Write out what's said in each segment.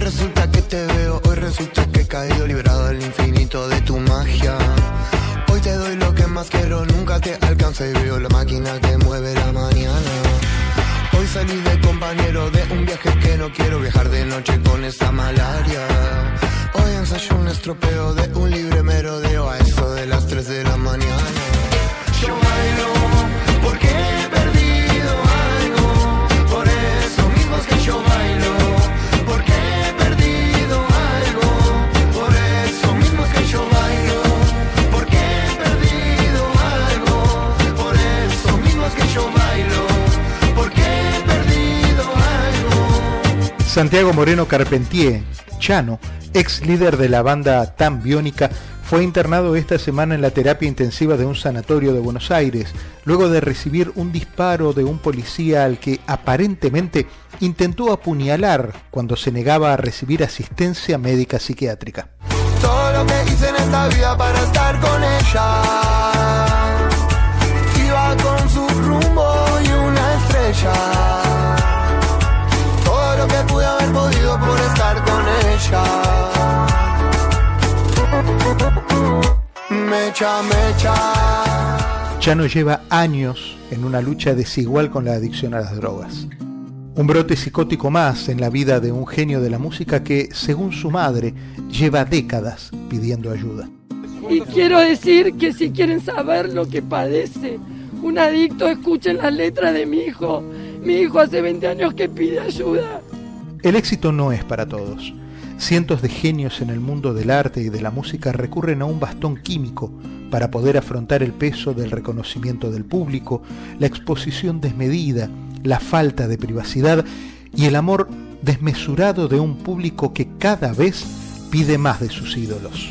resulta que te veo, hoy resulta que he caído liberado del infinito de tu magia. Hoy te doy lo que más quiero, nunca te alcanza y veo la máquina que mueve la mañana. Hoy salí de compañero de un viaje que no quiero, viajar de noche con esa malaria. Hoy ensayo un estropeo de un libre merodeo a eso de las 3 de la mañana. Yo bailo porque he perdido algo, por eso mismo es que yo bailo, porque he perdido algo, por eso mismo es que yo bailo, porque he perdido algo, por eso mismo es que yo bailo, porque he perdido algo. Santiago Moreno Carpentier, Chano, ex líder de la banda Tan Biónica, fue internado esta semana en la terapia intensiva de un sanatorio de Buenos Aires, luego de recibir un disparo de un policía al que aparentemente intentó apuñalar cuando se negaba a recibir asistencia médica psiquiátrica. Todo lo que hice en esta vida para estar con ella, iba con su rumbo y una estrella. Todo lo que pude haber podido por estar con ella. Mecha, mecha. Chano lleva años en una lucha desigual con la adicción a las drogas. Un brote psicótico más en la vida de un genio de la música que, según su madre, lleva décadas pidiendo ayuda. Y quiero decir que si quieren saber lo que padece un adicto, escuchen las letras de mi hijo. Mi hijo hace 20 años que pide ayuda. El éxito no es para todos. Cientos de genios en el mundo del arte y de la música recurren a un bastón químico para poder afrontar el peso del reconocimiento del público, la exposición desmedida, la falta de privacidad y el amor desmesurado de un público que cada vez pide más de sus ídolos.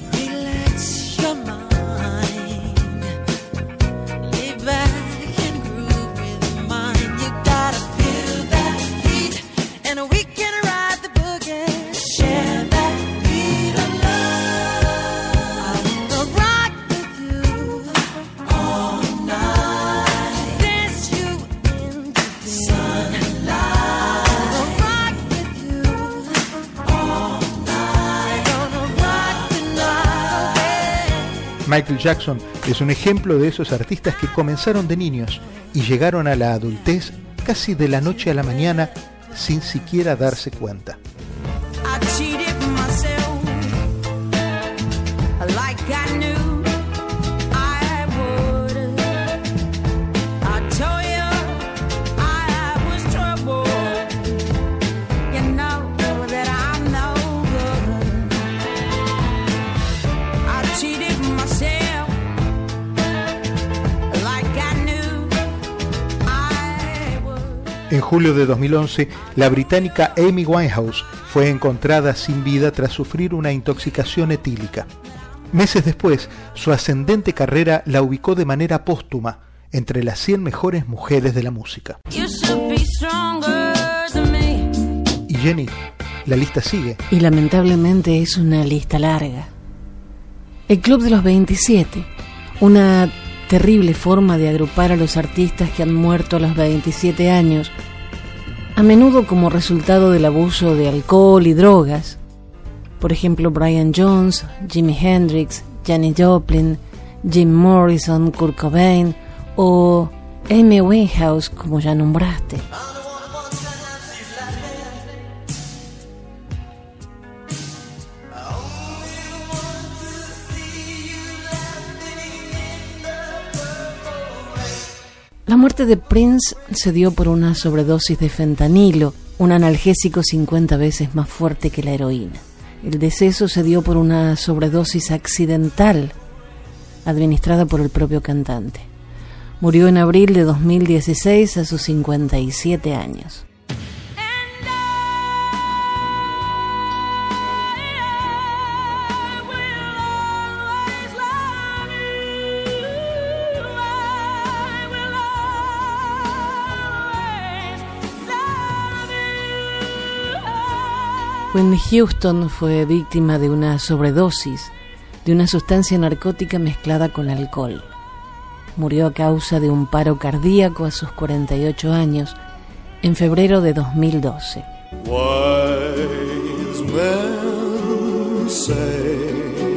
Michael Jackson es un ejemplo de esos artistas que comenzaron de niños y llegaron a la adultez casi de la noche a la mañana sin siquiera darse cuenta. En julio de 2011, la británica Amy Winehouse fue encontrada sin vida tras sufrir una intoxicación etílica. Meses después, su ascendente carrera la ubicó de manera póstuma entre las 100 mejores mujeres de la música. Y Jenny, la lista sigue. Y lamentablemente es una lista larga. El Club de los 27, una terrible forma de agrupar a los artistas que han muerto a los 27 años, a menudo como resultado del abuso de alcohol y drogas. Por ejemplo, Brian Jones, Jimi Hendrix, Janis Joplin, Jim Morrison, Kurt Cobain o Amy Winehouse, como ya nombraste. La muerte de Prince se dio por una sobredosis de fentanilo, un analgésico 50 veces más fuerte que la heroína. El deceso se dio por una sobredosis accidental, administrada por el propio cantante. Murió en abril de 2016 a sus 57 años. Whitney Houston fue víctima de una sobredosis de una sustancia narcótica mezclada con alcohol. Murió a causa de un paro cardíaco a sus 48 años en febrero de 2012. Wise men say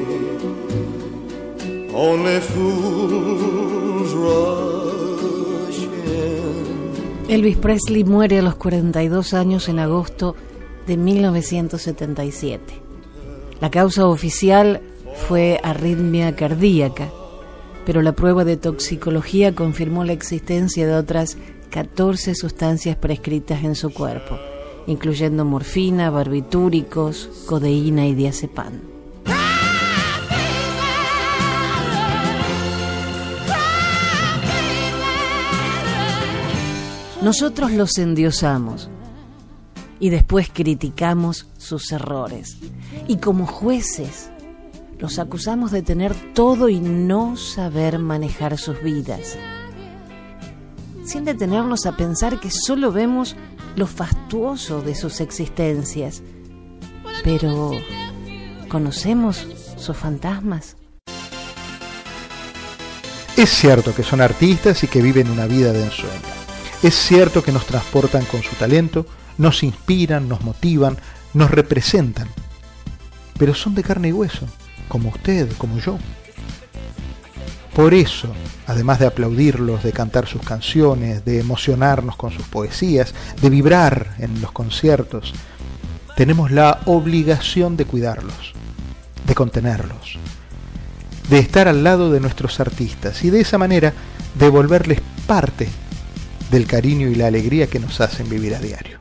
only fools rush in. Elvis Presley muere a los 42 años en agosto de 1977. La causa oficial fue arritmia cardíaca, pero la prueba de toxicología confirmó la existencia de otras 14 sustancias prescritas en su cuerpo, incluyendo morfina, barbitúricos, codeína y diazepam. Nosotros los endiosamos y después criticamos sus errores. Y como jueces, los acusamos de tener todo y no saber manejar sus vidas, sin detenernos a pensar que solo vemos lo fastuoso de sus existencias. Pero, ¿conocemos sus fantasmas? Es cierto que son artistas y que viven una vida de ensueño. Es cierto que nos transportan con su talento, nos inspiran, nos motivan, nos representan. Pero son de carne y hueso, como usted, como yo. Por eso, además de aplaudirlos, de cantar sus canciones, de emocionarnos con sus poesías, de vibrar en los conciertos, tenemos la obligación de cuidarlos, de contenerlos, de estar al lado de nuestros artistas y de esa manera devolverles parte del cariño y la alegría que nos hacen vivir a diario.